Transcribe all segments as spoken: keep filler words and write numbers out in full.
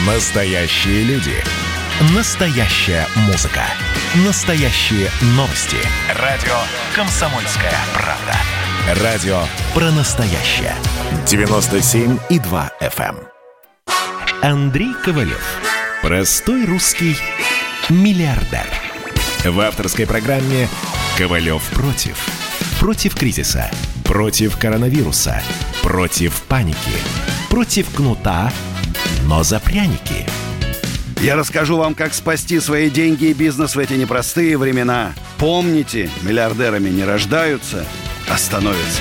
Настоящие люди. Настоящая музыка. Настоящие новости. Радио «Комсомольская правда». Радио про настоящее. девяносто семь и два эф эм. Андрей Ковалев. Простой русский миллиардер. В авторской программе «Ковалев против». Против кризиса. Против коронавируса. Против паники. Против кнута, но за пряники. Я расскажу вам, как спасти свои деньги и бизнес в эти непростые времена. Помните, миллиардерами не рождаются, а становятся.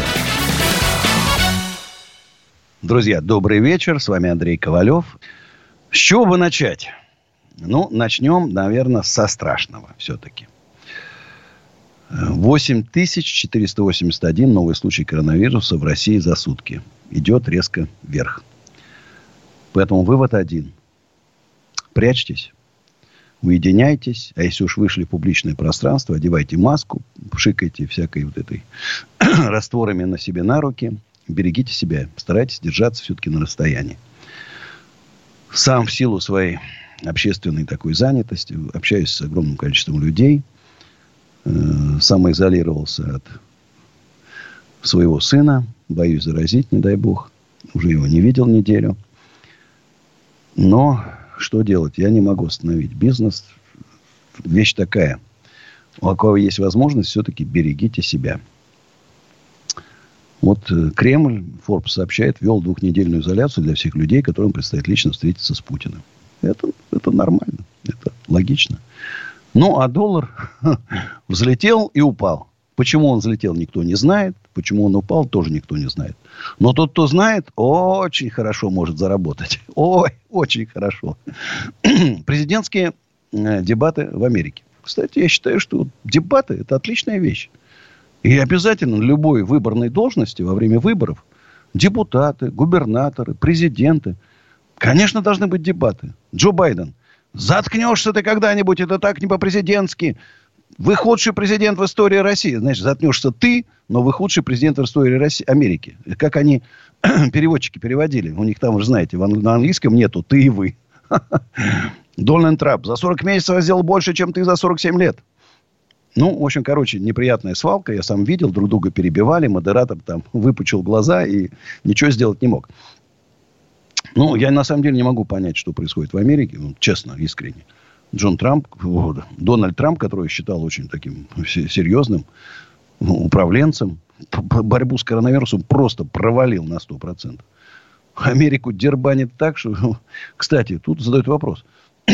Друзья, добрый вечер. С вами Андрей Ковалев. С чего бы начать? Ну, начнем, наверное, со страшного все-таки. восемь тысяч четыреста восемьдесят один новый случай коронавируса в России за сутки. Идет резко вверх. Поэтому вывод один. Прячьтесь, уединяйтесь. А если уж вышли в публичное пространство, одевайте маску, пшикайте всякой вот этой растворами на себе на руки. Берегите себя. Старайтесь держаться все-таки на расстоянии. Сам в силу своей общественной такой занятости общаюсь с огромным количеством людей. Самоизолировался от своего сына. Боюсь заразить, не дай бог. Уже его не видел неделю. Но что делать? Я не могу остановить бизнес. Вещь такая. У кого есть возможность, все-таки берегите себя. Вот Кремль, Forbes сообщает, ввел двухнедельную изоляцию для всех людей, которым предстоит лично встретиться с Путиным. Это, это нормально. Это логично. Ну, а доллар взлетел и упал. Почему он взлетел, никто не знает. Почему он упал, тоже никто не знает. Но тот, кто знает, очень хорошо может заработать. Ой, очень хорошо. Президентские дебаты в Америке. Кстати, я считаю, что дебаты – это отличная вещь. И обязательно любой выборной должности во время выборов депутаты, губернаторы, президенты, конечно, должны быть дебаты. Джо Байден. Заткнешься ты когда-нибудь, это так не по-президентски. Вы худший президент в истории России. Значит, заткнешься ты, но вы худший президент в истории России, Америки. Как они, переводчики, переводили. У них там, вы знаете, на английском нету «ты» и «вы». Дональд Трамп. За сорок месяцев сделал больше, чем ты за сорок семь лет. Ну, в общем, короче, неприятная свалка. Я сам видел, друг друга перебивали. Модератор там выпучил глаза и ничего сделать не мог. Ну, я на самом деле не могу понять, что происходит в Америке. Ну, честно, искренне. Джон Трамп, Дональд Трамп, которого я считал очень таким серьезным управленцем, борьбу с коронавирусом просто провалил на сто процентов. Америку дербанит так, что... Кстати, тут задают вопрос.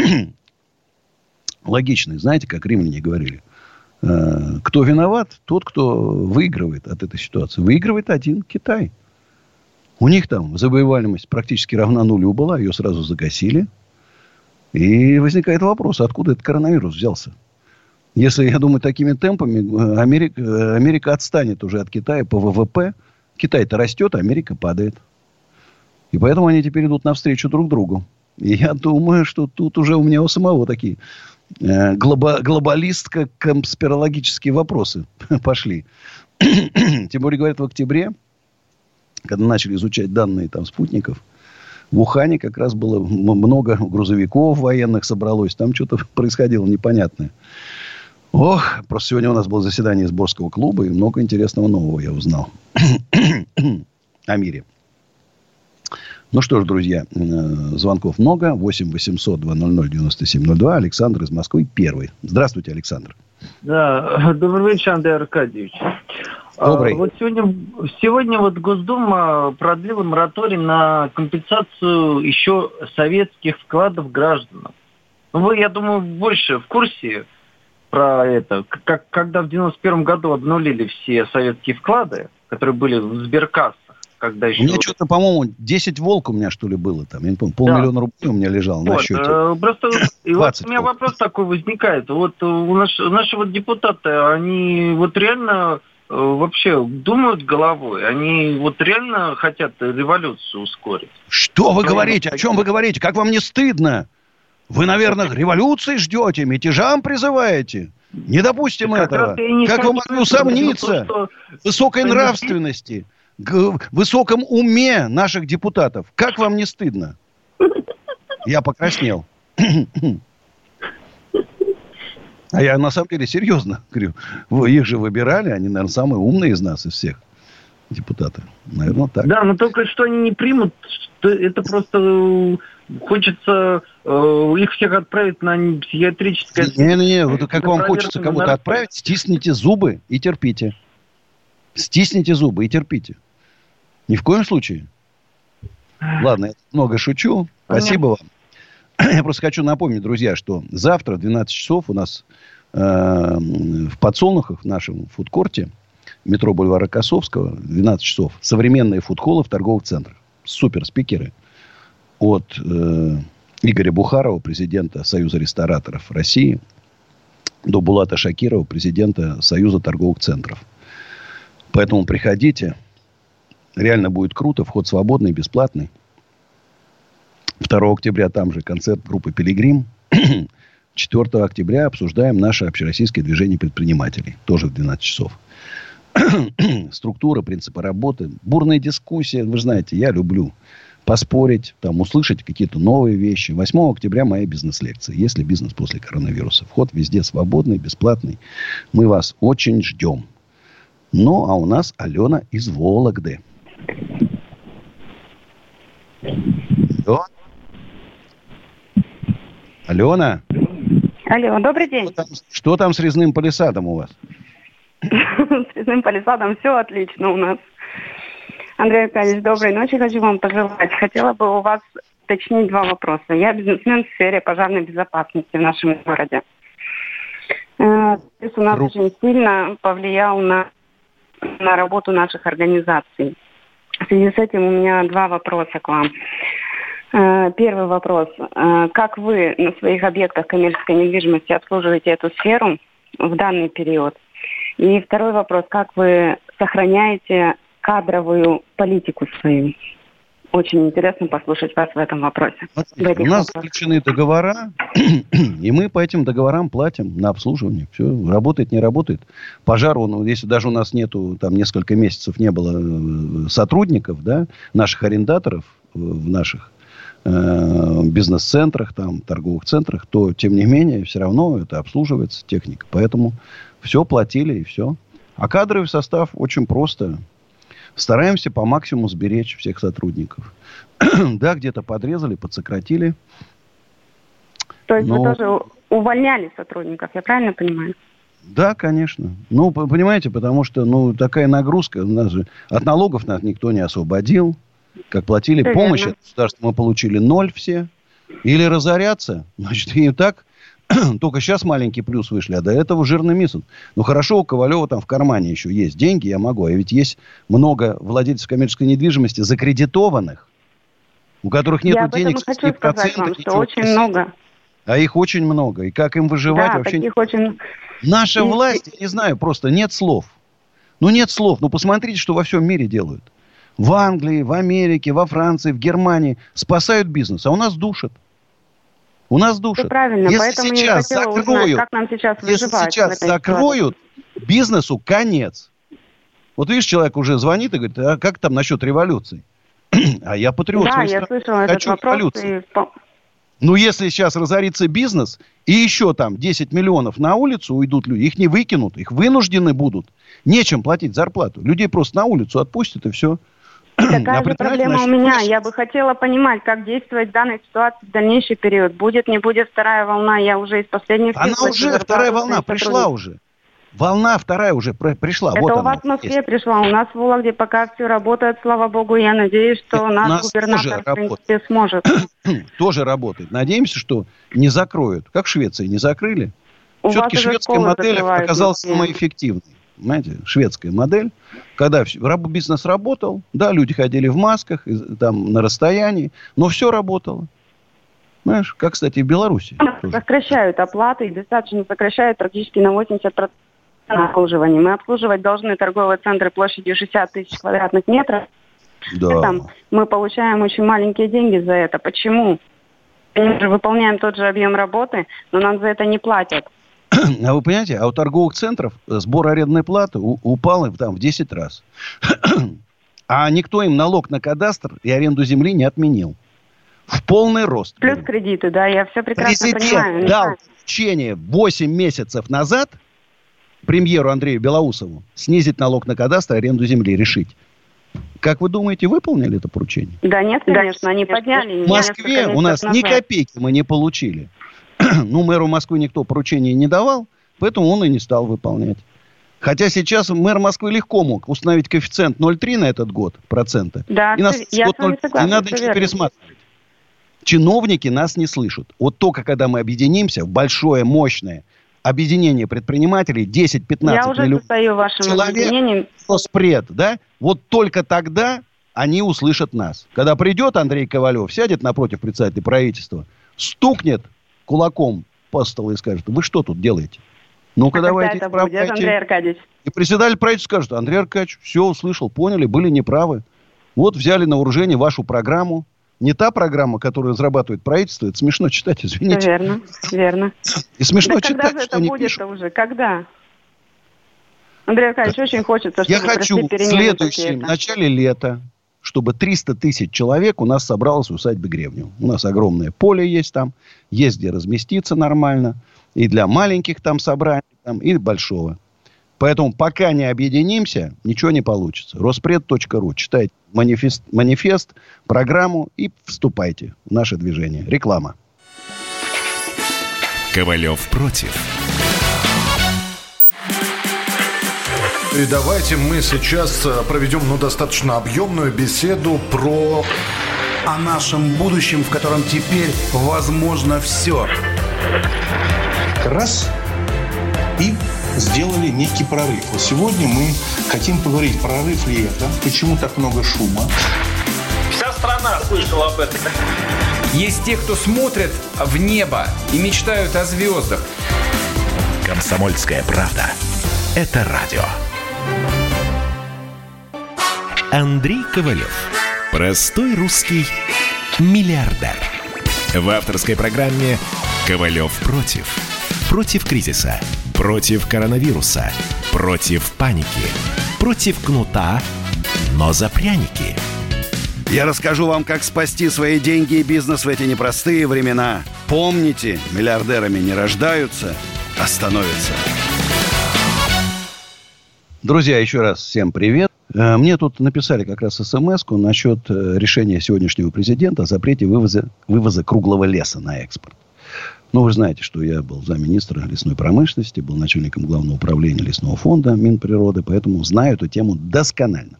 Логичный. Знаете, как римляне говорили? Кто виноват? Тот, кто выигрывает от этой ситуации. Выигрывает один Китай. У них там заболеваемость практически равна нулю была. Ее сразу загасили. И возникает вопрос, откуда этот коронавирус взялся? Если, я думаю, такими темпами Америка, Америка отстанет уже от Китая по вэ вэ пэ. Китай-то растет, а Америка падает. И поэтому они теперь идут навстречу друг другу. И я думаю, что тут уже у меня у самого такие э, глоба, глобалистско-конспирологические вопросы пошли. Тем более, говорят, в октябре, когда начали изучать данные там спутников, в Ухане как раз было много грузовиков военных собралось. Там что-то происходило непонятное. Ох, просто сегодня у нас было заседание сборского клуба. И много интересного нового я узнал о мире. Ну что ж, друзья, звонков много. восемь восемьсот два ноль ноль девяносто семь ноль два. Александр из Москвы первый. Здравствуйте, Александр. Да, добрый вечер, Андрей Аркадьевич. Добрый. А, вот сегодня, сегодня вот Госдума продлила мораторий на компенсацию еще советских вкладов гражданам. Вы, я думаю, больше в курсе про это. Как, когда в девяносто первом году обнулили все советские вклады, которые были в сберкассах. Когда еще... У меня что-то, по-моему, десять волк у меня, что ли, было там. Я не помню, полмиллиона да. рублей у меня лежало вот, на счете. Э, просто и вот у меня вопрос такой возникает. Вот у нас, наши вот депутаты, они вот реально э, вообще думают головой? Они вот реально хотят революцию ускорить? Что вы говорите? О чем вы говорите? Как вам не стыдно? Вы, наверное, революции ждете, мятежам призываете? Не допустим как этого. Как вы могли усомниться в высокой ' Я покраснел. А я на самом деле серьезно говорю. Вы их же выбирали, они, наверное, самые умные из нас, из всех депутаты. Наверное, так. Да, но только что они не примут, что это просто хочется э, их всех отправить на психиатрическое... Не-не-не, вот как вам хочется кого-то отправить, стисните зубы и терпите. Стисните зубы и терпите. Ни в коем случае. Ладно, я много шучу. Спасибо вам. Я просто хочу напомнить, друзья, что завтра в двенадцать часов у нас э, в Подсолнухах, в нашем фудкорте, метро Бульвара Косовского, в двенадцать часов, современные фудхоллы в торговых центрах. Супер-спикеры. От э, Игоря Бухарова, президента Союза рестораторов России, до Булата Шакирова, президента Союза торговых центров. Поэтому приходите. Реально будет круто. Вход свободный, бесплатный. второго октября там же концерт группы «Пилигрим». четвёртого октября обсуждаем наше общероссийское движение предпринимателей. Тоже в двенадцать часов. Структура, принципы работы. Бурная дискуссия. Вы знаете, я люблю поспорить, там, услышать какие-то новые вещи. восьмого октября моя бизнес-лекция. Если бизнес после коронавируса. Вход везде свободный, бесплатный. Мы вас очень ждем. Ну, а у нас Алена из Вологды. Алло. Алена. Алло, добрый день. Что там, что там с резным палисадом у вас? С резным палисадом все отлично у нас. Андрей Аркадьевич, доброй ночи, хочу вам пожелать. Хотела бы у вас уточнить два вопроса. Я бизнесмен в сфере пожарной безопасности в нашем городе. Вирус у нас Ру... очень сильно повлиял на, на работу наших организаций. В связи с этим у меня два вопроса к вам. Первый вопрос. Как вы на своих объектах коммерческой недвижимости обслуживаете эту сферу в данный период? И второй вопрос. Как вы сохраняете кадровую политику свою? Очень интересно послушать вас в этом вопросе. В у нас заключены договора, и мы по этим договорам платим на обслуживание. Все, работает, не работает. Пожар, он, если даже у нас нету, там несколько месяцев не было сотрудников, да, наших арендаторов в наших э, бизнес-центрах, там, торговых центрах, то, тем не менее, все равно это обслуживается техника. Поэтому все платили и все. А кадровый состав очень просто. Стараемся по максимуму сберечь всех сотрудников. Да, где-то подрезали, подсократили. То есть но... вы тоже увольняли сотрудников, я правильно понимаю? Да, конечно. Ну, понимаете, потому что ну, такая нагрузка. У нас же от налогов нас никто не освободил. Как платили все помощь от государства, мы получили ноль все. Или разоряться, значит, и так... Только сейчас маленький плюс вышли, а до этого жирный минус. Ну, хорошо, у Ковалева там в кармане еще есть деньги, я могу. А ведь есть много владельцев коммерческой недвижимости закредитованных, у которых нет денег. Я хочу сказать вам, что очень много. А их очень много. И как им выживать да, вообще... Таких очень... Наша и... власть, я не знаю, просто нет слов. Ну, нет слов. Ну, посмотрите, что во всем мире делают. В Англии, в Америке, во Франции, в Германии спасают бизнес, а у нас душат. У нас душат. Все правильно, если поэтому сейчас я хотела закроют, узнать, как нам сейчас если сейчас закроют, ситуации. Бизнесу конец. Вот видишь, человек уже звонит и говорит, а как там насчет революции? А я патриот да, своей я страны. слышала Хочу этот вопрос. революции. И... Ну, если сейчас разорится бизнес, и еще там десять миллионов на улицу уйдут люди, их не выкинут, их вынуждены будут. Нечем платить зарплату. Людей просто на улицу отпустят, и все. Такая же проблема у меня. Я бы хотела понимать, как действовать в данной ситуации в дальнейший период. Будет, не будет вторая волна. Я уже из последних... Она уже, вторая волна пришла уже. Волна вторая уже пришла. Это вот у она вас в Москве есть. Пришла. У нас в Вологде пока все работает, слава богу. Я надеюсь, что Это наш губернатор, в принципе, сможет. Тоже работает. Надеемся, что не закроют. Как в Швеции не закрыли. У Все-таки шведская модель оказалась самой эффективной. Понимаете, шведская модель, когда бизнес работал, да, люди ходили в масках, там, на расстоянии, но все работало. Знаешь, как, кстати, в Беларуси. Сокращают оплаты и достаточно сокращают практически на восемьдесят процентов обслуживания. Мы обслуживать должны торговые центры площадью шестьдесят тысяч квадратных метров. Да. Там мы получаем очень маленькие деньги за это. Почему? Мы же выполняем тот же объем работы, но нам за это не платят. А вы понимаете, а у торговых центров сбор арендной платы упал там в десять раз. А никто им налог на кадастр и аренду земли не отменил. В полный рост. Плюс кредиты, да, я все прекрасно Президент понимаю. дал поручение восемь месяцев назад премьеру Андрею Белоусову снизить налог на кадастр и аренду земли, решить. Как вы думаете, выполнили это поручение? Да нет, конечно, они подняли. В Москве у нас ни копейки мы не получили. Ну, мэру Москвы никто поручения не давал, поэтому он и не стал выполнять. Хотя сейчас мэр Москвы легко мог установить коэффициент ноль целых три на этот год процента. Да, и, нас я год ноль, согласна, и надо ничего пересматривать. Чиновники нас не слышат. Вот только когда мы объединимся в большое, мощное объединение предпринимателей, десять-пятнадцать миллионов человек, Роспред, да, вот только тогда они услышат нас. Когда придет Андрей Ковалев, сядет напротив председателя правительства, стукнет кулаком по столу и скажет: вы что тут делаете? Ну-ка, а давайте исправляйте. Андрей Аркадьевич? И председатель правительства скажет: Андрей Аркадьевич, все услышал, поняли, были неправы. Вот взяли на вооружение вашу программу. Не та программа, которую разрабатывает правительство. Это смешно читать, извините. Верно, верно. И смешно да читать, когда же что это они будет пишут. Уже? Когда? Андрей Аркадьевич, очень хочется, чтобы Я хочу в следующем, в начале лета, чтобы триста тысяч человек у нас собралось в усадьбе Гребнева. У нас огромное поле есть там, есть где разместиться нормально. И для маленьких там собраний, там, и большого. Поэтому пока не объединимся, ничего не получится. Роспред точка ру. Читайте манифест, манифест, программу и вступайте в наше движение. Реклама. Ковалев против. И давайте мы сейчас проведем ну, достаточно объемную беседу про... о нашем будущем, в котором теперь возможно все. Раз и сделали некий прорыв. Вот сегодня мы хотим поговорить, прорыв ли это, почему так много шума. Вся страна слышала об этом. Есть те, кто смотрят в небо и мечтают о звездах. «Комсомольская правда» — это радио. Андрей Ковалев. Простой русский миллиардер. В авторской программе «Ковалев против». Против кризиса. Против коронавируса. Против паники. Против кнута, но за пряники. Я расскажу вам, как спасти свои деньги и бизнес в эти непростые времена. Помните, миллиардерами не рождаются, а становятся. Друзья, еще раз всем привет. Мне тут написали как раз смс-ку насчет решения сегодняшнего президента о запрете вывоза, вывоза круглого леса на экспорт. Ну, вы знаете, что я был замминистра лесной промышленности, был начальником главного управления лесного фонда Минприроды, поэтому знаю эту тему досконально.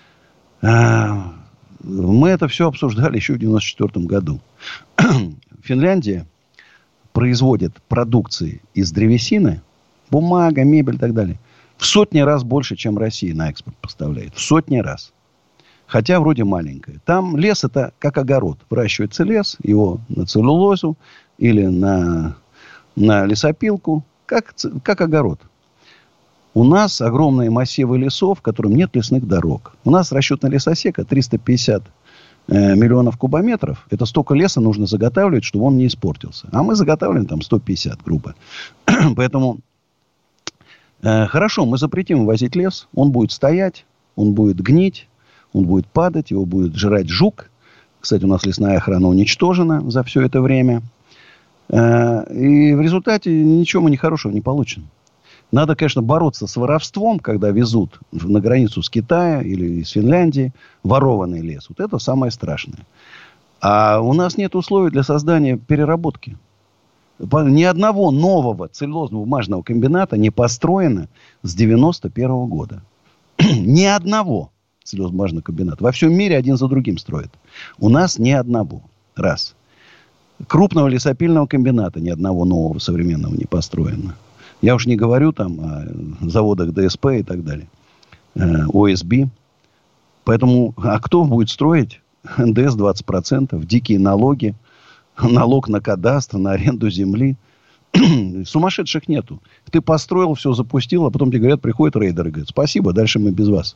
Мы это все обсуждали еще в девяносто четвёртом году. Финляндия производит продукции из древесины, бумага, мебель и так далее, в сотни раз больше, чем Россия на экспорт поставляет. В сотни раз. Хотя вроде маленькая. Там лес это как огород. Выращивается лес, его на целлюлозу или на, на лесопилку, как, как огород. У нас огромные массивы лесов, в которых нет лесных дорог. У нас расчет на лесосека триста пятьдесят э, миллионов кубометров. Это столько леса нужно заготавливать, чтобы он не испортился. А мы заготавливаем там сто пятьдесят, грубо. Поэтому э, хорошо, мы запретим возить лес. Он будет стоять, он будет гнить, он будет падать, его будет жрать жук. Кстати, у нас лесная охрана уничтожена за все это время. Э, и в результате ничего мы нехорошего не получим. Надо, конечно, бороться с воровством, когда везут на границу с Китая или из Финляндии ворованный лес. Вот это самое страшное. А у нас нет условий для создания переработки. Ни одного нового целлюлозно-бумажного комбината не построено с девяносто первого года. Ни одного целлюлозно-бумажного комбината. Во всем мире один за другим строят. У нас ни одного. Раз. Крупного лесопильного комбината ни одного нового современного не построено. Я уж не говорю там о заводах ДСП и так далее. ОСБ. Поэтому, а кто будет строить эн дэ эс двадцать процентов, дикие налоги, налог на кадастр, на аренду земли? Сумасшедших нету. Ты построил, все запустил, а потом тебе говорят, приходят рейдеры и говорят, спасибо, дальше мы без вас.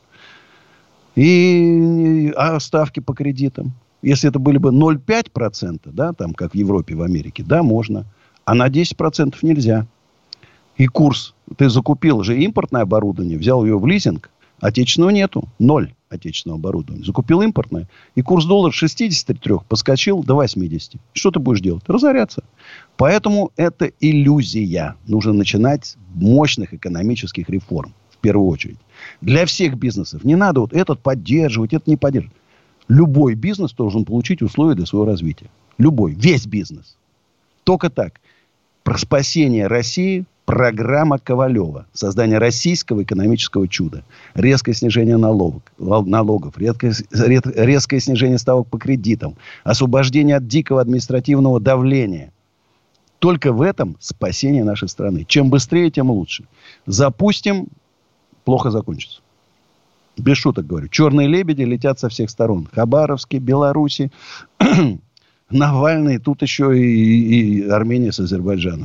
И а ставки по кредитам? Если это были бы ноль целых пять десятых процента, да, там, как в Европе, в Америке, да, можно. А на десять процентов нельзя. И курс. Ты закупил же импортное оборудование, взял ее в лизинг, отечественного нету. Ноль. отечественного оборудования, закупил импортное, и курс доллара с шестидесяти трёх подскочил до восьмидесяти. Что ты будешь делать? Разоряться. Поэтому это иллюзия. Нужно начинать с мощных экономических реформ, в первую очередь. Для всех бизнесов. Не надо вот этот поддерживать, это не поддерживать. Любой бизнес должен получить условия для своего развития. Любой. Весь бизнес. Только так. Про спасение России программа Ковалева. Создание российского экономического чуда. Резкое снижение налогов. налогов резкое, резкое снижение ставок по кредитам. Освобождение от дикого административного давления. Только в этом спасение нашей страны. Чем быстрее, тем лучше. Запустим, плохо закончится. Без шуток говорю. Черные лебеди летят со всех сторон. Хабаровске, Беларуси, Навальный. Тут еще и, и Армения с Азербайджаном.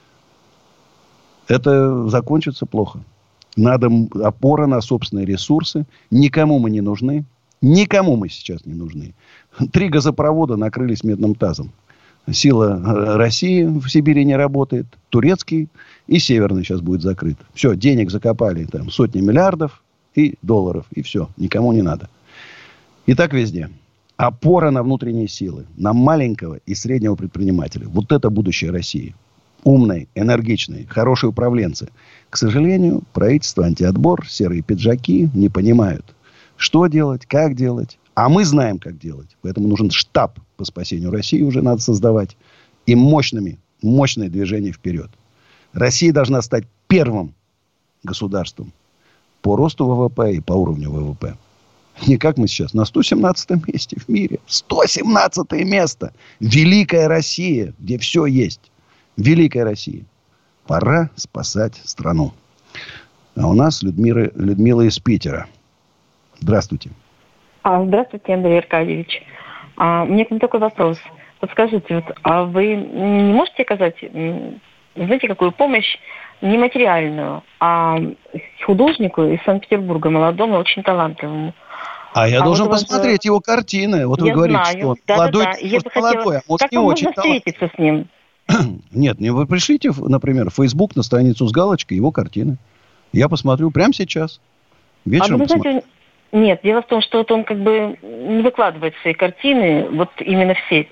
Это закончится плохо. Надо опора на собственные ресурсы. Никому мы не нужны. Никому мы сейчас не нужны. Три газопровода накрылись медным тазом. Сила России в Сибири не работает. Турецкий и Северный сейчас будет закрыт. Все, денег закопали. Там сотни миллиардов и долларов. И все. Никому не надо. И так везде. Опора на внутренние силы. На маленького и среднего предпринимателя. Вот это будущее России. Умные, энергичные, хорошие управленцы. К сожалению, правительство, антиотбор, серые пиджаки не понимают, что делать, как делать. А мы знаем, как делать. Поэтому нужен штаб по спасению России уже надо создавать. И мощными, мощное движение вперед. Россия должна стать первым государством по росту ВВП и по уровню ВВП. Не как мы сейчас, на сто семнадцатом месте в мире. сто семнадцатое место. Великая Россия, где все есть. Великая Россия. Пора спасать страну. А у нас Людмила, Людмила из Питера. Здравствуйте. А, здравствуйте, Андрей Аркадьевич. А, у меня к вам такой вопрос. Подскажите, вот, а вы не можете оказать, знаете, какую помощь нематериальную, а художнику из Санкт-Петербурга, молодому, очень талантливому? А я а должен вот посмотреть вас... его картины. Вот я вы говорите, знаю. что он да, молодой, да, да. Я бы молодой, хотела... а может как не вам очень можно встретиться с ним? Нет, не вы пришлите, например, в Facebook на страницу с галочкой его картины. Я посмотрю прямо сейчас. Вечером а, знаете, нет, дело в том, что вот он как бы не выкладывает свои картины вот именно в сеть.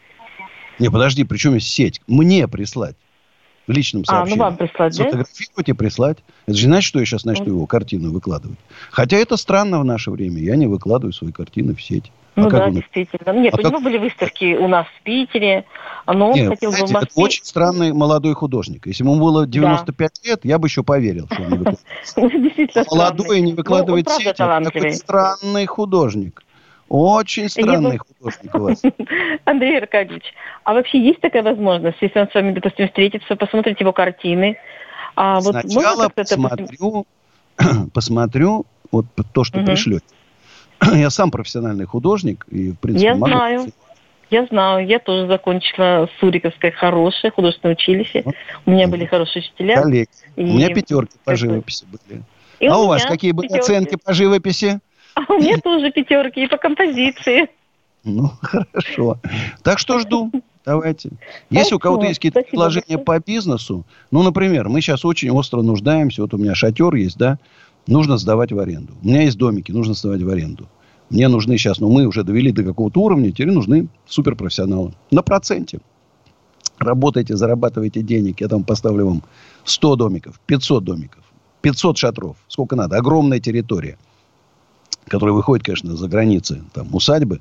Не, подожди, при чем есть сеть? Мне прислать. В личном сообщении. А, ну вам прислать, да? Сфотографировать и прислать. Это же не значит, что я сейчас начну его картину выкладывать. Хотя это странно в наше время. Я не выкладываю свои картины в сеть. Ну а да, он... действительно. Нет, а у как... него были выставки у нас в Питере, но он Нет, хотел бы в Москве... Москве... Это очень странный молодой художник. Если ему было девяносто пять да. лет, я бы еще поверил, что он не выкладывает. Молодой не выкладывает в сеть. Такой странный художник. Очень странный бы... художник у вас. Андрей Аркадьевич, а вообще есть такая возможность, если он с вами, допустим, встретится, посмотреть его картины? А вот сначала посмотрю, допустим... посмотрю вот то, что угу. пришлете. Я сам профессиональный художник. И, в принципе, я могу... знаю. Я знаю. Я тоже закончила Суриковское хорошее художественное училище. У меня были хорошие учителя. Коллеги. И... У меня пятерки по живописи были. И а у вас какие были пятерки. Оценки по живописи? А у меня тоже пятерки и по композиции. Ну, хорошо. Так что жду. Давайте. Если у кого-то есть какие-то предложения по бизнесу, ну, например, мы сейчас очень остро нуждаемся. Вот у меня шатер есть, да? Нужно сдавать в аренду. У меня есть домики, нужно сдавать в аренду. Мне нужны сейчас, ну, мы уже довели до какого-то уровня, теперь нужны суперпрофессионалы. На проценте. Работайте, зарабатывайте денег. Я там поставлю вам сто домиков, пятьсот домиков, пятьсот шатров. Сколько надо. Огромная территория, которая выходит, конечно, за границы там, усадьбы.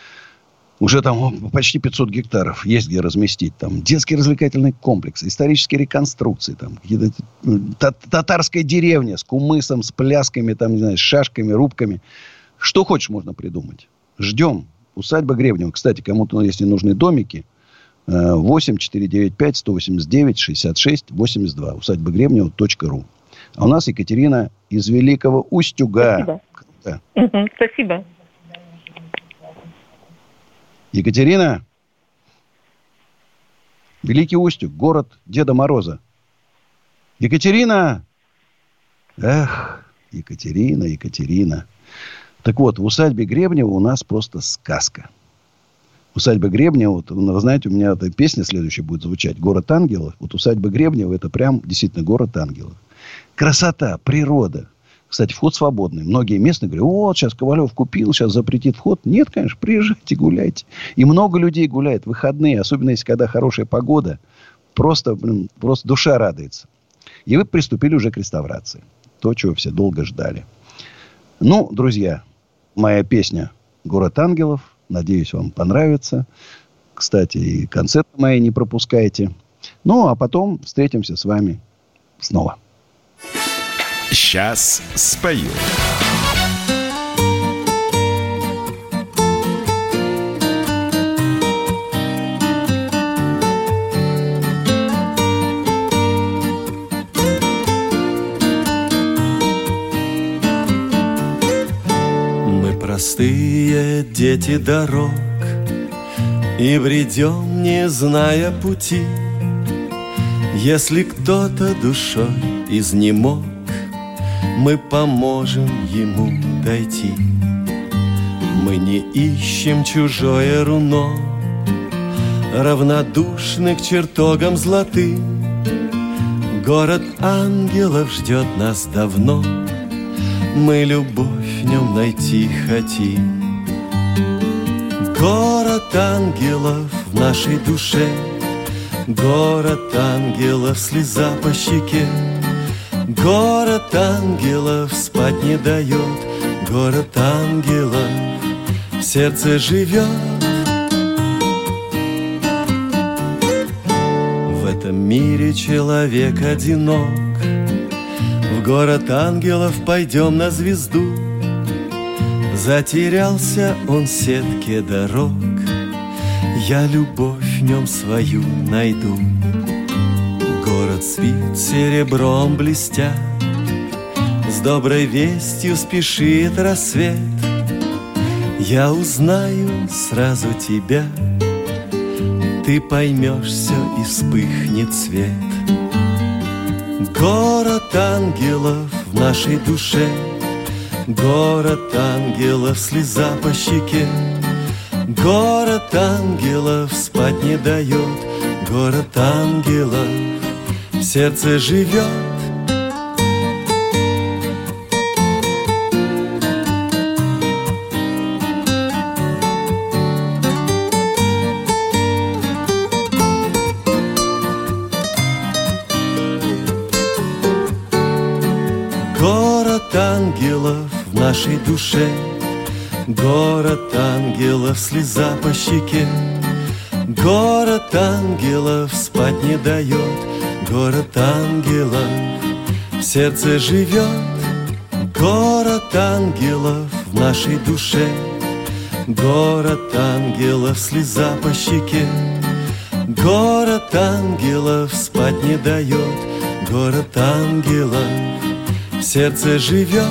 Уже там почти пятьсот гектаров есть где разместить. Там детский развлекательный комплекс, исторические реконструкции, там, татарская деревня с кумысом, с плясками, там, не знаю, с шашками, рубками. Что хочешь можно придумать. Ждем. Усадьба Гребнева. Кстати, кому-то, если нужны домики, восемь четыре девять пять сто восемьдесят девять шестьдесят шесть восемьдесят два. усадьба гребнева точка ру. А у нас Екатерина из Великого Устюга. Спасибо. Угу, спасибо. Екатерина, Великий Устюг, город Деда Мороза. Екатерина! Эх, Екатерина, Екатерина. Так вот, в усадьбе Гребнева у нас просто сказка. Усадьба Гребнева, вот, вы знаете, у меня эта песня следующая будет звучать. «Город ангелов». Вот усадьба Гребнева – это прям действительно город ангелов. Красота, природа. Кстати, вход свободный. Многие местные говорят, вот, сейчас Ковалев купил, сейчас запретит вход. Нет, конечно, приезжайте, гуляйте. И много людей гуляет в выходные, особенно если когда хорошая погода. Просто, блин, просто душа радуется. И вы приступили уже к реставрации. То, чего все долго ждали. Ну, друзья, моя песня «Город ангелов». Надеюсь, вам понравится. Кстати, и концерты мои не пропускайте. Ну, а потом встретимся с вами снова. Сейчас спою. Мы простые дети дорог и бредем, не зная пути. Если кто-то душой изнемог, мы поможем ему дойти. Мы не ищем чужое руно, равнодушны к чертогам золотым. Город ангелов ждет нас давно, мы любовь в нем найти хотим. Город ангелов в нашей душе, город ангелов, слеза по щеке. Город ангелов спать не дает, город ангелов в сердце живет. В этом мире человек одинок, в город ангелов пойдем на звезду. Затерялся он в сетке дорог, я любовь в нем свою найду. Город спит серебром блестя, с доброй вестью спешит рассвет. Я узнаю сразу тебя, ты поймешь все и вспыхнет свет. Город ангелов в нашей душе, город ангелов, слеза по щеке. Город ангелов спать не дает, город ангелов в сердце живет. Город ангелов в нашей душе, город ангелов, слеза по щеке. Город ангелов спать не дает, город ангелов в сердце живет. Город ангелов в нашей душе, город ангелов, слеза по щеке. Город ангелов спать не дает, город ангелов в сердце живет.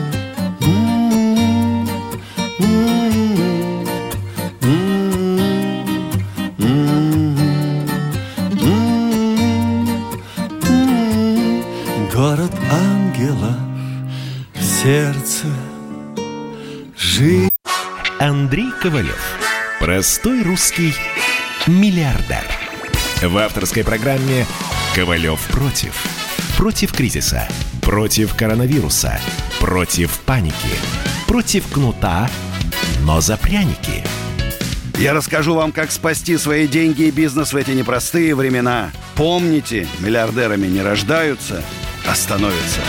Город ангелов в сердце живет. Андрей Ковалев. Простой русский миллиардер. В авторской программе «Ковалев против». Против кризиса, против коронавируса, против паники, против кнута, но за пряники. Я расскажу вам, как спасти свои деньги и бизнес в эти непростые времена. Помните, миллиардерами не рождаются, а становятся.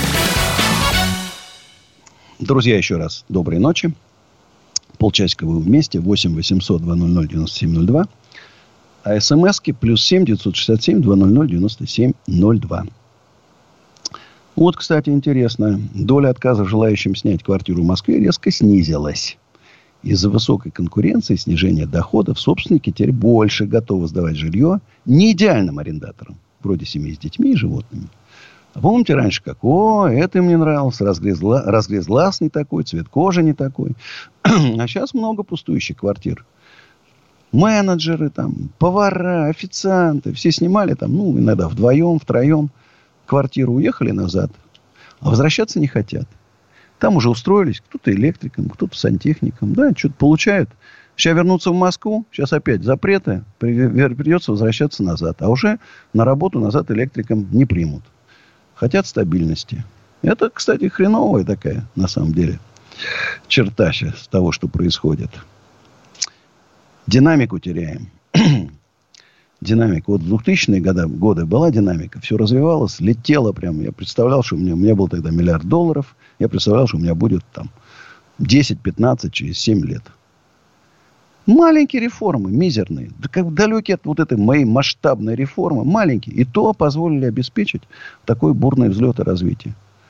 Друзья, еще раз доброй ночи. Полчасика вы вместе. восемь восемьсот два ноль ноль девяносто семь ноль два. А смски плюс семь девятьсот шестьдесят семь два ноль ноль девяносто семь ноль два. Вот, кстати, интересно. Доля отказов желающим снять квартиру в Москве резко снизилась. Из-за высокой конкуренции и снижения доходов собственники теперь больше готовы сдавать жилье не идеальным арендаторам, вроде семей с детьми и животными. А помните раньше, как, о, это им не нравилось, разгрез, разгрез глаз не такой, цвет кожи не такой. А сейчас много пустующих квартир. Менеджеры, там, повара, официанты, все снимали там, ну, иногда вдвоем, втроем квартиру, уехали назад, а возвращаться не хотят. Там уже устроились, кто-то электриком, кто-то сантехником, да, что-то получают. Сейчас вернуться в Москву, сейчас опять запреты, придется возвращаться назад. А уже на работу назад электриком не примут. Хотят стабильности. Это, кстати, хреновая такая, на самом деле, черта сейчас того, что происходит. Динамику теряем. Динамика. Вот в двухтысячные годы, годы была динамика. Все развивалось, летело прям. Я представлял, что у меня, у меня был тогда миллиард долларов. Я представлял, что у меня будет там десять-пятнадцать через семь лет. Маленькие реформы, мизерные. Да как далекие от вот этой моей масштабной реформы. Маленькие. И то позволили обеспечить такой бурный взлет и развитие.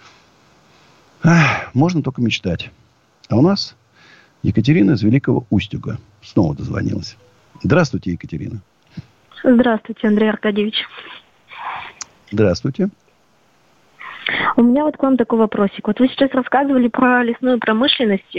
Ах, можно только мечтать. А у нас Екатерина из Великого Устюга снова дозвонилась. Здравствуйте, Екатерина. Здравствуйте, Андрей Аркадьевич. Здравствуйте. У меня вот к вам такой вопросик. Вот вы сейчас рассказывали про лесную промышленность.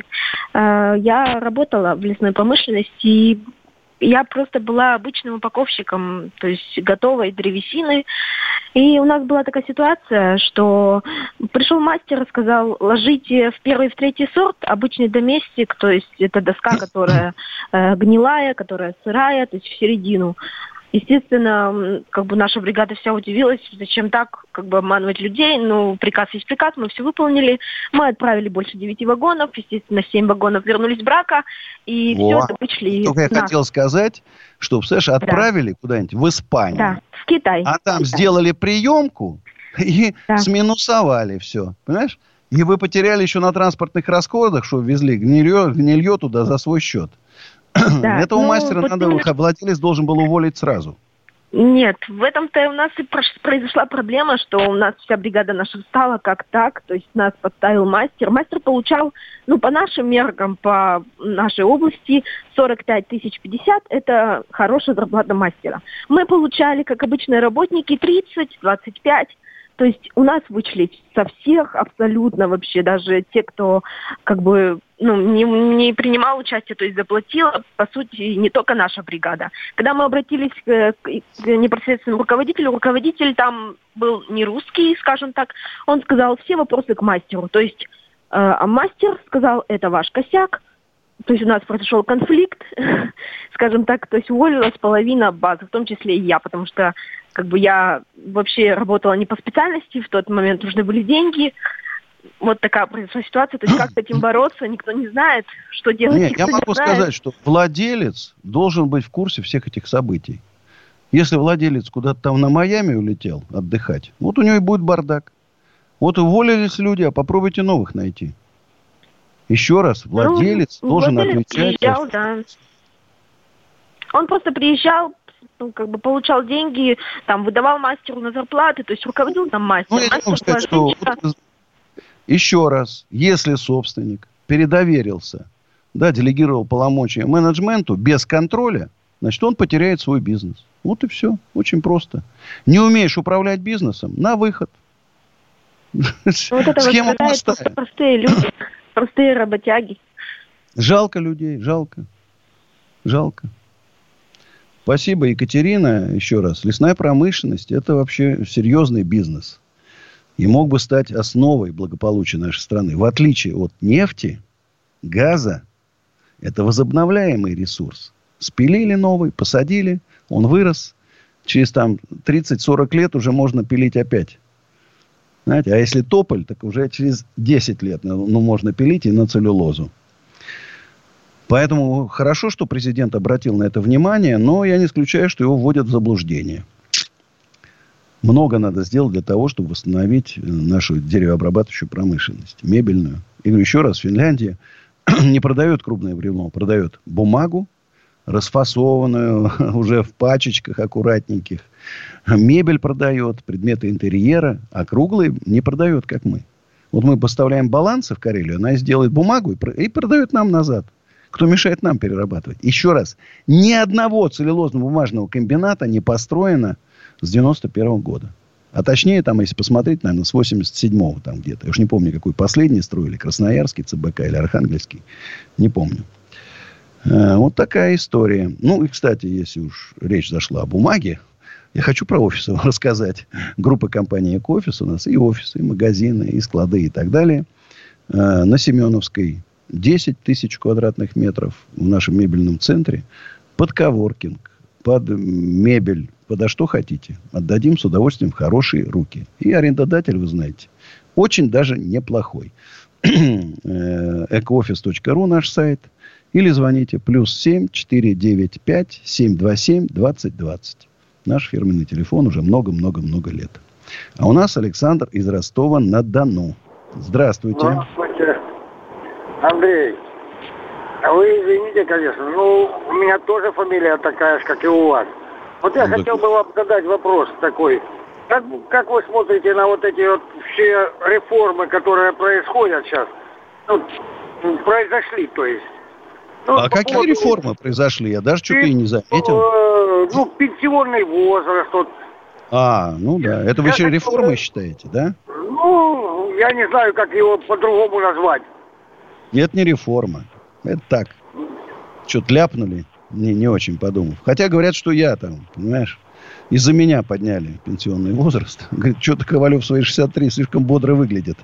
Я работала в лесной промышленности, и я просто была обычным упаковщиком, то есть готовой древесины. И у нас была такая ситуация, что пришел мастер и сказал, ложите в первый и в третий сорт обычный доместик, то есть это доска, которая э, гнилая, которая сырая, то есть в середину. Естественно, как бы наша бригада вся удивилась, зачем так как бы обманывать людей. Ну, приказ есть приказ, мы все выполнили. Мы отправили больше девяти вагонов, естественно, семь вагонов вернулись с брака, и Во. все это вычли. Только я хотел сказать, что, представляешь, отправили да. куда-нибудь в Испанию. Да, в Китай. А там Китай. сделали приемку и да. сминусовали все. Понимаешь? И вы потеряли еще на транспортных расходах, что везли гнилье, гнилье туда за свой счет. Да, Этого ну, мастера вот надо, именно... владелец должен был уволить сразу. Нет, в этом-то у нас и произошла проблема, что у нас вся бригада наша встала как так, то есть нас подставил мастер. Мастер получал, ну, по нашим меркам, по нашей области, сорок пять тысяч пятьдесят, это хорошая зарплата мастера. Мы получали, как обычные работники, тридцать, двадцать пять. То есть у нас вычли со всех абсолютно вообще, даже те, кто как бы ну, не, не принимал участие, то есть заплатила, по сути, не только наша бригада. Когда мы обратились к, к непосредственному руководителю, руководитель там был не русский, скажем так, он сказал все вопросы к мастеру. То есть э, мастер сказал, это ваш косяк. То есть у нас произошел конфликт, скажем так, то есть уволилась половина базы, в том числе и я, потому что как бы я вообще работала не по специальности, в тот момент нужны были деньги. Вот такая произошла ситуация, то есть как с этим бороться, никто не знает, что делать. Нет, я могу сказать, что владелец должен быть в курсе всех этих событий. Если владелец куда-то там на Майами улетел отдыхать, вот у него и будет бардак. Вот уволились люди, а попробуйте новых найти. Еще раз, владелец ну, должен владелец отвечать. Приезжал, да. Он просто приезжал, ну, как бы получал деньги, там, выдавал мастеру на зарплаты, то есть руководил там мастером. Ну, я могу сказать, что вот, еще раз, если собственник передоверился, да, делегировал полномочия менеджменту без контроля, значит, он потеряет свой бизнес. Вот и все. Очень просто. Не умеешь управлять бизнесом, на выход. Вот это Схема простая. Простые люди. Простые работяги. Жалко людей, жалко. Жалко. Спасибо, Екатерина. Еще раз. Лесная промышленность – это вообще серьезный бизнес. И мог бы стать основой благополучия нашей страны. В отличие от нефти, газа, это возобновляемый ресурс. Спилили новый, посадили, он вырос. Через там тридцать-сорок лет уже можно пилить опять. Знаете, а если тополь, так уже через десять лет ну, можно пилить и на целлюлозу. Поэтому хорошо, что президент обратил на это внимание, но я не исключаю, что его вводят в заблуждение. Много надо сделать для того, чтобы восстановить нашу деревообрабатывающую промышленность, мебельную. И говорю еще раз, Финляндия не продает крупное бревно, продает бумагу, расфасованную уже в пачечках аккуратненьких. Мебель продает, предметы интерьера, а круглые не продает, как мы. Вот мы поставляем балансы в Карелию, она сделает бумагу и продает нам назад. Кто мешает нам перерабатывать? Еще раз, ни одного целлюлозно-бумажного комбината не построено с девяносто первого года. А точнее, там, если посмотреть, наверное, с восемьдесят седьмого там где-то. Я уж не помню, какой последний строили, Красноярский ЦБК или Архангельский. Не помню. Вот такая история. Ну, и, кстати, если уж речь зашла о бумаге, я хочу про офисы рассказать. Группа компании «Экоофис» у нас и офисы, и магазины, и склады, и так далее. На Семеновской десять тысяч квадратных метров в нашем мебельном центре. Под коворкинг, под мебель, подо что хотите. Отдадим с удовольствием в хорошие руки. И арендодатель, вы знаете, очень даже неплохой. экоофис точка ру наш сайт. Или звоните плюс семь четыре девять пять семь два семь двадцать двадцать. Наш фирменный телефон уже много-много-много лет. А у нас Александр из Ростова-на-Дону. Здравствуйте. Здравствуйте. Андрей, вы извините, конечно, но у меня тоже фамилия такая же, как и у вас. Вот я ну, хотел так... бы вам задать вопрос такой. Как, как вы смотрите на вот эти вот все реформы, которые происходят сейчас? Ну, произошли, то есть. Ну, а какие поводу... реформы произошли? Я даже что-то и не заметил. Э, ну, пенсионный возраст. Вот. А, ну да. Это вы я еще реформой бы... считаете, да? Ну, я не знаю, как его по-другому назвать. Нет, не реформа. Это так. Что-то ляпнули, не, не очень подумав. Хотя говорят, что я там, понимаешь, из-за меня подняли пенсионный возраст. Говорит, что-то Ковалев в свои шестьдесят три слишком бодро выглядит.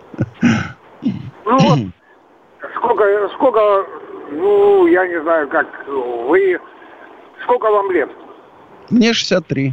Ну вот, сколько, сколько, ну, я не знаю, как вы, сколько вам лет? Мне шестьдесят три.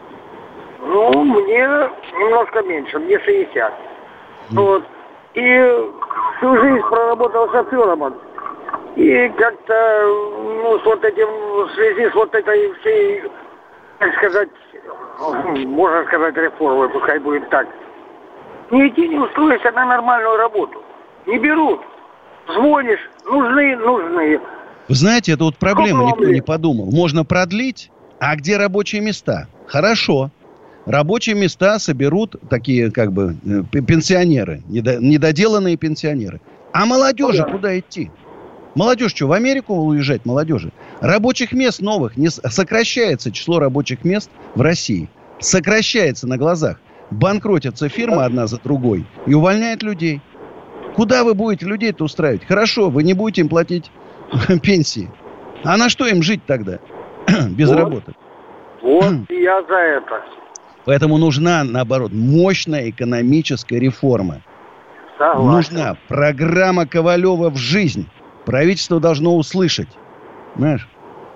Ну, мне немножко меньше, мне шестьдесят. Mm. Вот. И всю жизнь проработал шофером. И как-то, ну, с вот этим, в связи с вот этой всей, так сказать, можно сказать, реформой, пускай будет так. Нигде не устроишься на нормальную работу. Не берут. Звонишь, нужны, нужны. Вы знаете, это вот проблема, никто не подумал. Можно продлить, а где рабочие места? Хорошо. Рабочие места соберут такие, как бы, пенсионеры, недоделанные пенсионеры. А молодежи ну, да. куда идти? Молодежь что, в Америку уезжать молодежи? Рабочих мест новых, не сокращается число рабочих мест в России. Сокращается на глазах. Банкротятся фирмы одна за другой и увольняют людей. Куда вы будете людей-то устраивать? Хорошо, вы не будете им платить пенсии. А на что им жить тогда? Без вот, работы. Вот я за это. Поэтому нужна, наоборот, мощная экономическая реформа. Согласен. Нужна программа Ковалева в жизнь. Правительство должно услышать. Знаешь?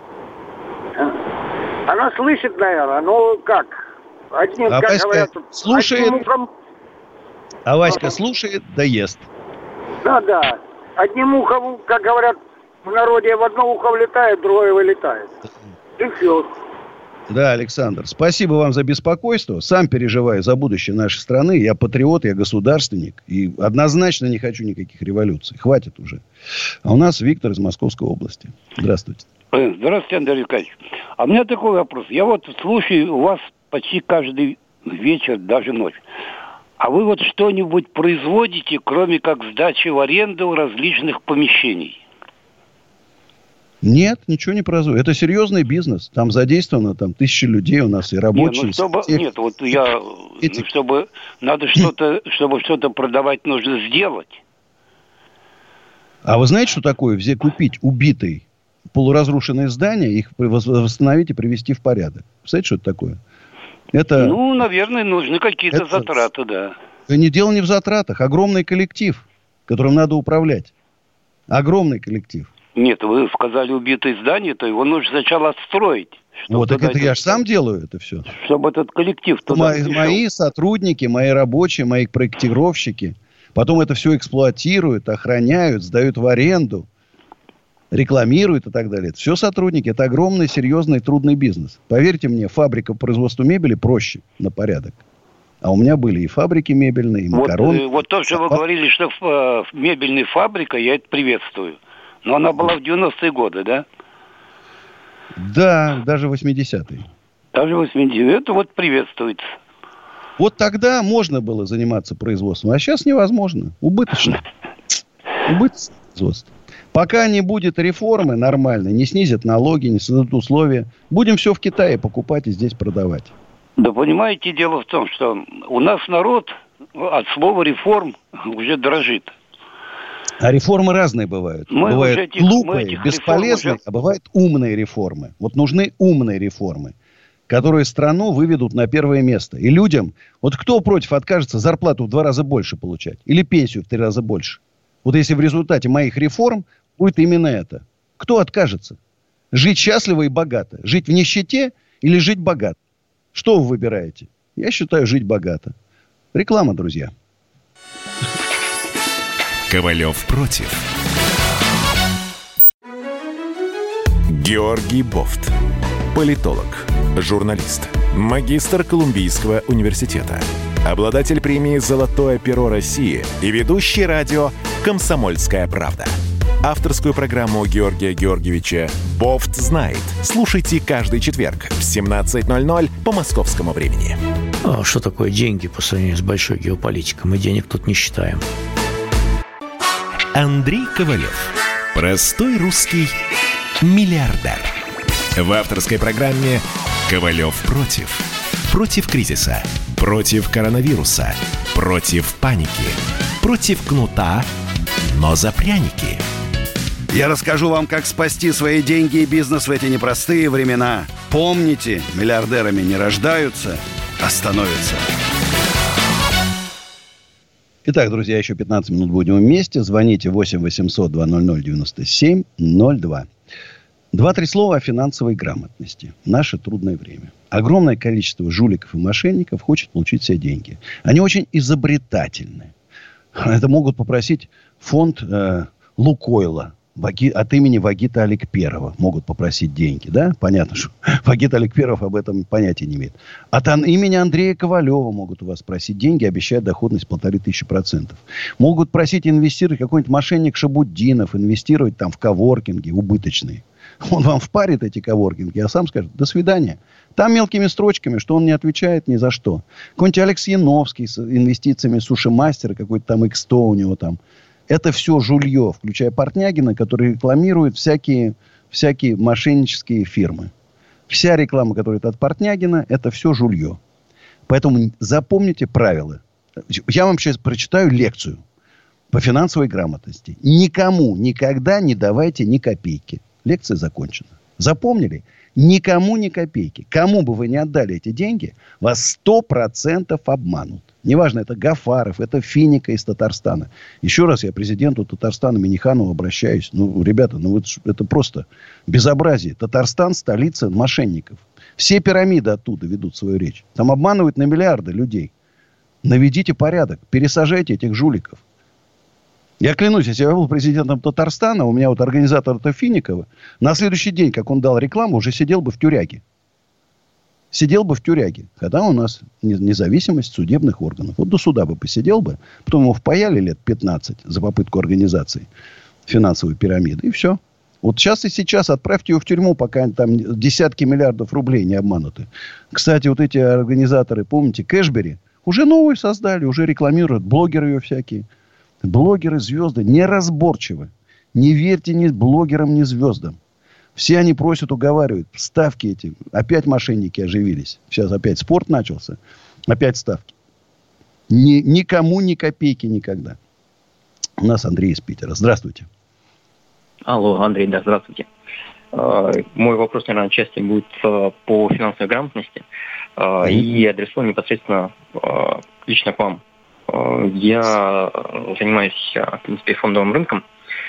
Она слышит, наверное, но как? Одним, а как Васька говорят, слушает, ухом... а Васька слушает, да ест. Да, да. Одним ухом, как говорят в народе, в одно ухо влетает, в другое вылетает. И все. Да, Александр, спасибо вам за беспокойство. Сам переживаю за будущее нашей страны. Я патриот, я государственник. И однозначно не хочу никаких революций. Хватит уже. А у нас Виктор из Московской области. Здравствуйте. Здравствуйте, Андрей Аркадьевич. А у меня такой вопрос. Я вот слушаю вас почти каждый вечер, даже ночь. А вы вот что-нибудь производите, кроме как сдачи в аренду различных помещений? Нет, ничего не производит. Это серьезный бизнес. Там задействовано там, тысячи людей у нас и рабочие. Нет, ну, чтобы, тех... нет вот я... Эти... Ну, чтобы надо что-то... чтобы что-то продавать, нужно сделать. А вы знаете, что такое? Взять, купить убитые полуразрушенные здания, их восстановить и привести в порядок. Представляете, что это такое? Это... Ну, наверное, нужны какие-то это... затраты, да. Это не дело не в затратах. Огромный коллектив, которым надо управлять. Огромный коллектив. Нет, вы сказали убитое здание, то его нужно сначала отстроить. Вот, так это я же сам делаю это все. Чтобы этот коллектив туда мои, мои сотрудники, мои рабочие, мои проектировщики. Потом это все эксплуатируют, охраняют, сдают в аренду, рекламируют и так далее. Это все сотрудники. Это огромный, серьезный, трудный бизнес. Поверьте мне, фабрика по производству мебели проще на порядок. А у меня были и фабрики мебельные, и макарон. Вот, вот то, что вы говорили, что в, в мебельная фабрика, я это приветствую. Но она была в девяностые годы, да? Да, даже восьмидесятые. Даже восьмидесятые. Это вот приветствуется. Вот тогда можно было заниматься производством, а сейчас невозможно. Убыточно. Убыточно производство. Пока не будет реформы нормальной, не снизят налоги, не создадут условия, будем все в Китае покупать и здесь продавать. Да понимаете, дело в том, что у нас народ от слова реформ уже дрожит. А реформы разные бывают. Мы бывают этих, глупые, бесполезные, уже... а бывают умные реформы. Вот нужны умные реформы, которые страну выведут на первое место. И людям, вот кто против откажется зарплату в два раза больше получать? Или пенсию в три раза больше? Вот если в результате моих реформ будет именно это. Кто откажется? Жить счастливо и богато. Жить в нищете или жить богато? Что вы выбираете? Я считаю, жить богато. Реклама, друзья. Ковалев против. Георгий Бофт. Политолог, журналист, магистр Колумбийского университета, обладатель премии «Золотое перо России» и ведущий радио «Комсомольская правда». Авторскую программу Георгия Георгиевича «Бофт знает». Слушайте каждый четверг в семнадцать ноль ноль по московскому времени. А что такое деньги по сравнению с большой геополитикой? Мы денег тут не считаем. Андрей Ковалев. Простой русский миллиардер. В авторской программе «Ковалев против». Против кризиса, против коронавируса, против паники, против кнута, но за пряники. Я расскажу вам, как спасти свои деньги и бизнес в эти непростые времена. Помните, миллиардерами не рождаются, а становятся. Итак, друзья, еще пятнадцать минут будем вместе. Звоните восемь восемьсот два ноль ноль девяносто семь ноль два. Два-три слова о финансовой грамотности. Наше трудное время. Огромное количество жуликов и мошенников хочет получить все деньги. Они очень изобретательны. Это могут попросить фонд э, Лукойла Ваги, от имени Вагита Аликперова. Могут попросить деньги, да? Понятно, что Вагит Аликперов об этом понятия не имеет. От ан- имени Андрея Ковалева могут у вас просить деньги, обещая доходность полторы тысячи процентов. Могут просить инвестировать какой-нибудь мошенник Шабуддинов, инвестировать там в коворкинги убыточные. Он вам впарит эти коворкинги, а сам скажет: до свидания. Там мелкими строчками, что он не отвечает ни за что. Какой-нибудь Алекс Яновский с инвестициями суши-мастера, какой-то там икс сто у него там. Это все жулье, включая Портнягина, который рекламирует всякие, всякие мошеннические фирмы. Вся реклама, которая от Портнягина, это все жулье. Поэтому запомните правила. Я вам сейчас прочитаю лекцию по финансовой грамотности. Никому никогда не давайте ни копейки. Лекция закончена. Запомнили? Никому ни копейки. Кому бы вы не отдали эти деньги, вас сто процентов обманут. Неважно, это Гафаров, это Финика из Татарстана. Еще раз я президенту Татарстана Миниханову обращаюсь. Ну, ребята, ну это, это просто безобразие. Татарстан – столица мошенников. Все пирамиды оттуда ведут свою речь. Там обманывают на миллиарды людей. Наведите порядок. Пересажайте этих жуликов. Я клянусь, если я был президентом Татарстана, у меня вот организатор это Финикова, на следующий день, как он дал рекламу, уже сидел бы в тюряге. Сидел бы в тюряге. Когда у нас независимость судебных органов. Вот до суда бы посидел бы. Потом его впаяли лет пятнадцать за попытку организации финансовой пирамиды. И все. Вот сейчас и сейчас отправьте его в тюрьму, пока там десятки миллиардов рублей не обмануты. Кстати, вот эти организаторы, помните, Кэшбери, уже новую создали, уже рекламируют, блогеры ее всякие. Блогеры, звезды неразборчивы. Не верьте ни блогерам, ни звездам. Все они просят, уговаривают. Ставки эти. Опять мошенники оживились. Сейчас опять спорт начался. Опять ставки. Ни, никому ни копейки никогда. У нас Андрей из Питера. Здравствуйте. Алло, Андрей, да, здравствуйте. Мой вопрос, наверное, отчасти будет по финансовой грамотности. Mm-hmm. И адресован непосредственно лично к вам. Я занимаюсь, в принципе, фондовым рынком.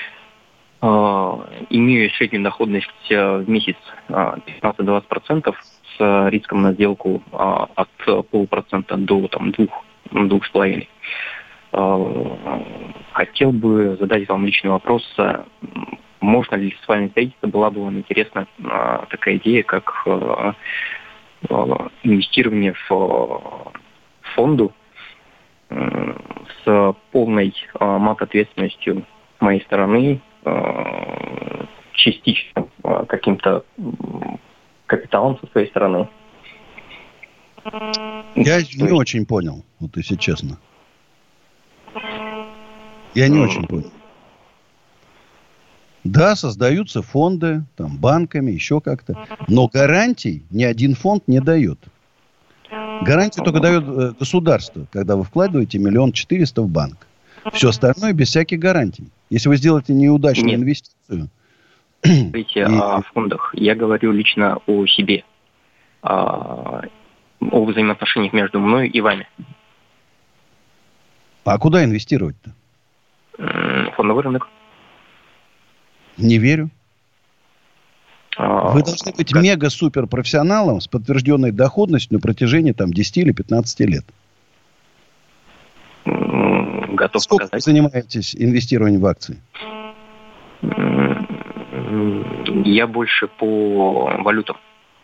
Имею среднюю доходность в месяц пятнадцать-двадцать процентов с риском на сделку от полупроцента до там, двух, двух с половиной. Хотел бы задать вам личный вопрос. Можно ли с вами встретиться? Была бы вам интересна такая идея, как инвестирование в фонду с полной мат-ответственностью с моей стороны, частично каким-то капиталом со своей стороны. Я не очень понял, вот если честно. Я не mm. очень понял. Да, создаются фонды, там, банками, еще как-то. Но гарантий ни один фонд не дает. Гарантию только дает государство, когда вы вкладываете миллион четыреста в банк. Все остальное без всяких гарантий. Если вы сделаете неудачную Нет. инвестицию... Говорите и... о фондах. Я говорю лично о себе. О, о взаимоотношениях между мной и вами. А куда инвестировать-то? Фондовый рынок. Не верю. Вы должны быть как... мега-супер-профессионалом с подтвержденной доходностью на протяжении там, десять или пятнадцать лет. готов Сколько показать. вы занимаетесь инвестированием в акции? Я больше по валютам.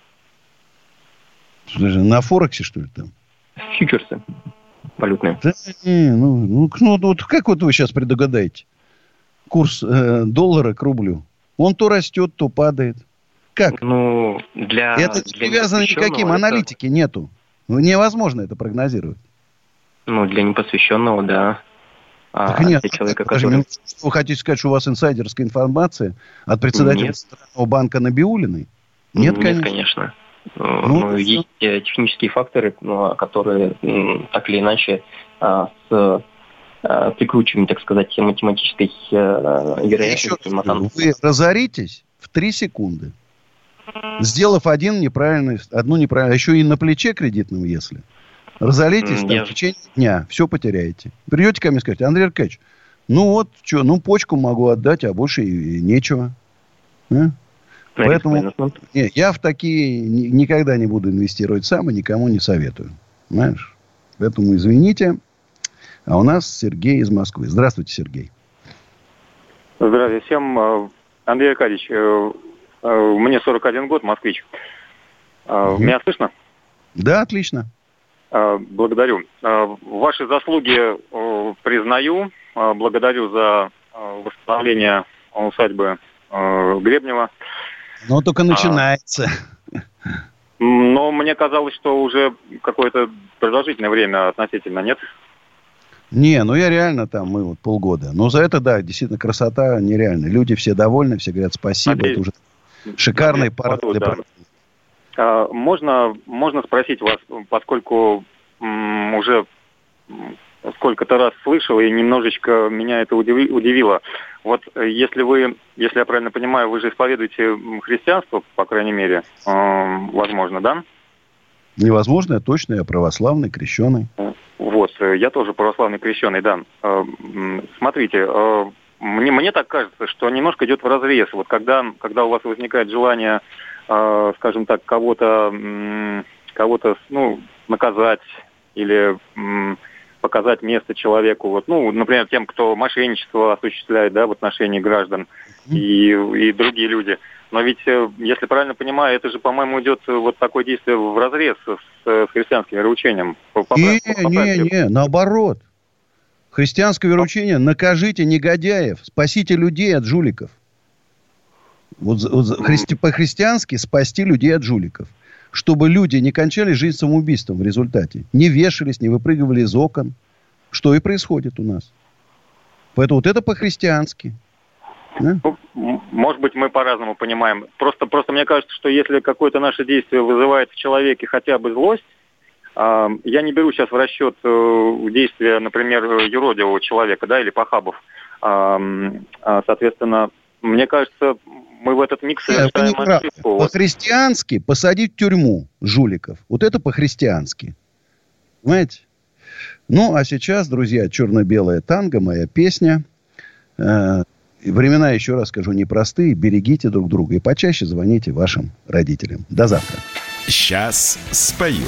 Слушай, на Форексе, что ли, там? Фьючерсы валютные. Да, не, ну, ну, ну, вот как вот вы сейчас предугадаете? Курс э, доллара к рублю. Он то растет, то падает. Как? Ну, для... Это не привязано никаким, это... аналитики нету. Невозможно это прогнозировать. Ну, для непосвященного, да. А так нет, для человека, подожди, который... Вы хотите сказать, что у вас инсайдерская информация от председателя Центрального банка Набиуллиной? Нет, Нет, конечно. конечно. Ну, ну, есть все. технические факторы, которые так или иначе с прикручиванием, так сказать, математической вероятностью. Вы разоритесь в три секунды, сделав один неправильный, одну неправильную, еще и на плече кредитном, если разоритесь, там, в течение дня все потеряете. Придете ко мне и скажете: Андрей Аркадьевич, ну вот, что, ну почку могу отдать, а больше и нечего. А? Поэтому не, я в такие никогда не буду инвестировать сам и никому не советую. Понимаешь? Поэтому извините. А у нас Сергей из Москвы. Здравствуйте, Сергей. Здравствуйте всем. Андрей Аркадьевич, мне сорок один год, москвич. Угу. Меня слышно? Да, отлично. Благодарю. Ваши заслуги признаю. Благодарю за восстановление усадьбы Гребнева. Но только начинается. Но мне казалось, что уже какое-то продолжительное время относительно, нет? Не, ну я реально там, мы вот полгода. Но за это, да, действительно, красота нереальная. Люди все довольны, все говорят спасибо. Надеюсь, это уже шикарный парад для да. а, можно, можно спросить вас, поскольку м, уже сколько-то раз слышал, и немножечко меня это удиви, удивило. Вот если вы, если я правильно понимаю, вы же исповедуете христианство, по крайней мере, э, возможно, да? Невозможно, я точно, я православный, крещеный. Вот, я тоже православный, крещеный, да. Э, смотрите, э, мне, мне так кажется, что немножко идет вразрез. Вот когда, когда у вас возникает желание, э, скажем так, кого-то, э, кого-то, ну, наказать или... Э, показать место человеку, вот, ну, например, тем, кто мошенничество осуществляет, да, в отношении граждан и, и другие люди. Но ведь, если правильно понимаю, это же, по-моему, идет вот такое действие вразрез с, с христианским вероучением. Не, не, не, наоборот. Христианское вероучение: накажите негодяев, спасите людей от жуликов. Вот, вот христи, по-христиански спасти людей от жуликов. Чтобы люди не кончали жизнь самоубийством в результате. Не вешались, не выпрыгивали из окон. Что и происходит у нас. Поэтому вот это по-христиански. Да? Ну, может быть, мы по-разному понимаем. Просто, просто мне кажется, что если какое-то наше действие вызывает в человеке хотя бы злость, э, я не беру сейчас в расчет э, действия, например, юродивого человека, да, или похабов. Э, э, соответственно, мне кажется... Мы в этот микс совершаем ошибку. По-христиански посадить в тюрьму жуликов. Вот это по-христиански. Понимаете? Ну, а сейчас, друзья, черно-белое танго, моя песня. Э, времена, еще раз скажу, непростые. Берегите друг друга. И почаще звоните вашим родителям. До завтра. Сейчас спою.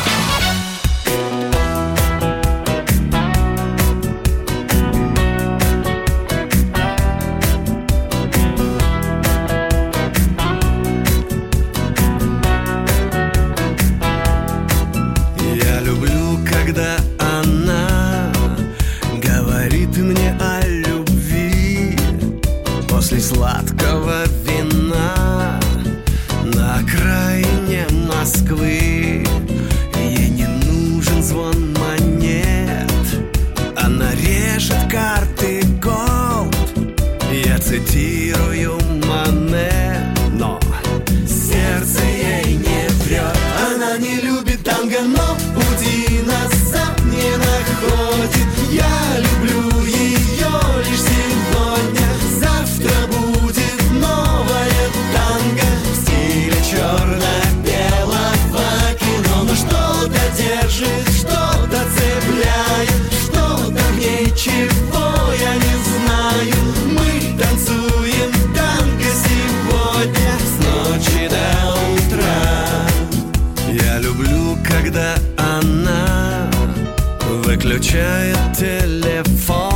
Сладкого вина на окраине Москвы. Ей не нужен звон монет, она режет карты голд. Я цитирую Мане, но сердце ей не врет. Она не любит танго, но пути назад не находит. Я люблю ее лишь сегодня. Завтра будет новое танго в стиле черно-белого кино. Но что-то держит, что-то цепляет, что-то в ней, чего я не знаю. Мы танцуем танго сегодня с ночи до утра. Я люблю, когда она выключает телефон.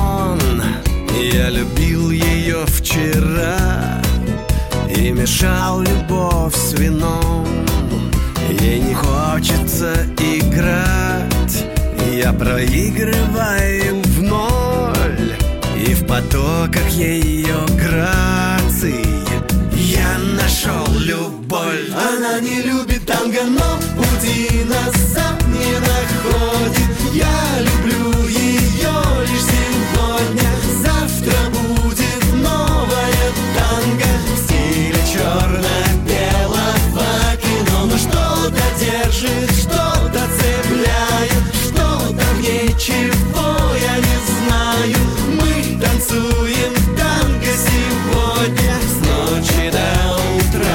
смешал любовь с вином. Ей не хочется играть, я проигрываем в ноль. И в потоках ее граций я нашел любовь. Она не любит танго, но пути назад не находит. Я люблю ее лишь сегодня. Завтра будет новое танго в стиле черно-белого кино. Но что-то держит, что-то цепляет, что-то в ней, чего я не знаю. Мы танцуем танго сегодня с ночи до утра.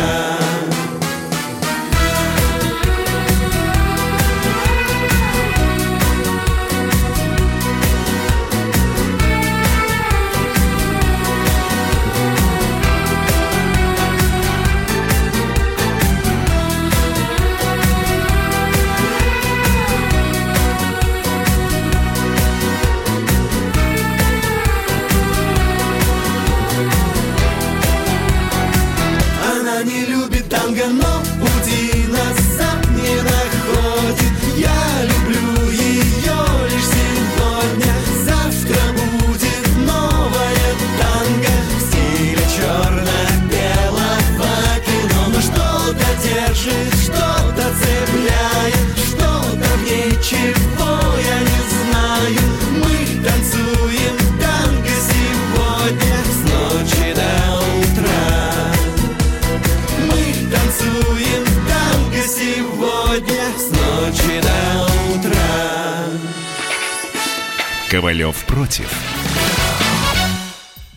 Она не любит танго, но пути назад не находит. Я люблю ее лишь сегодня. Завтра будет новое танго в стиле черно-белого кино. Но что-то держит, что-то цепляет, что-то в ней, чего я не знаю. Мы танцуем танго сегодня с ночи до утра. Мы танцуем танго сегодня с ночи до утра. Ковалев против.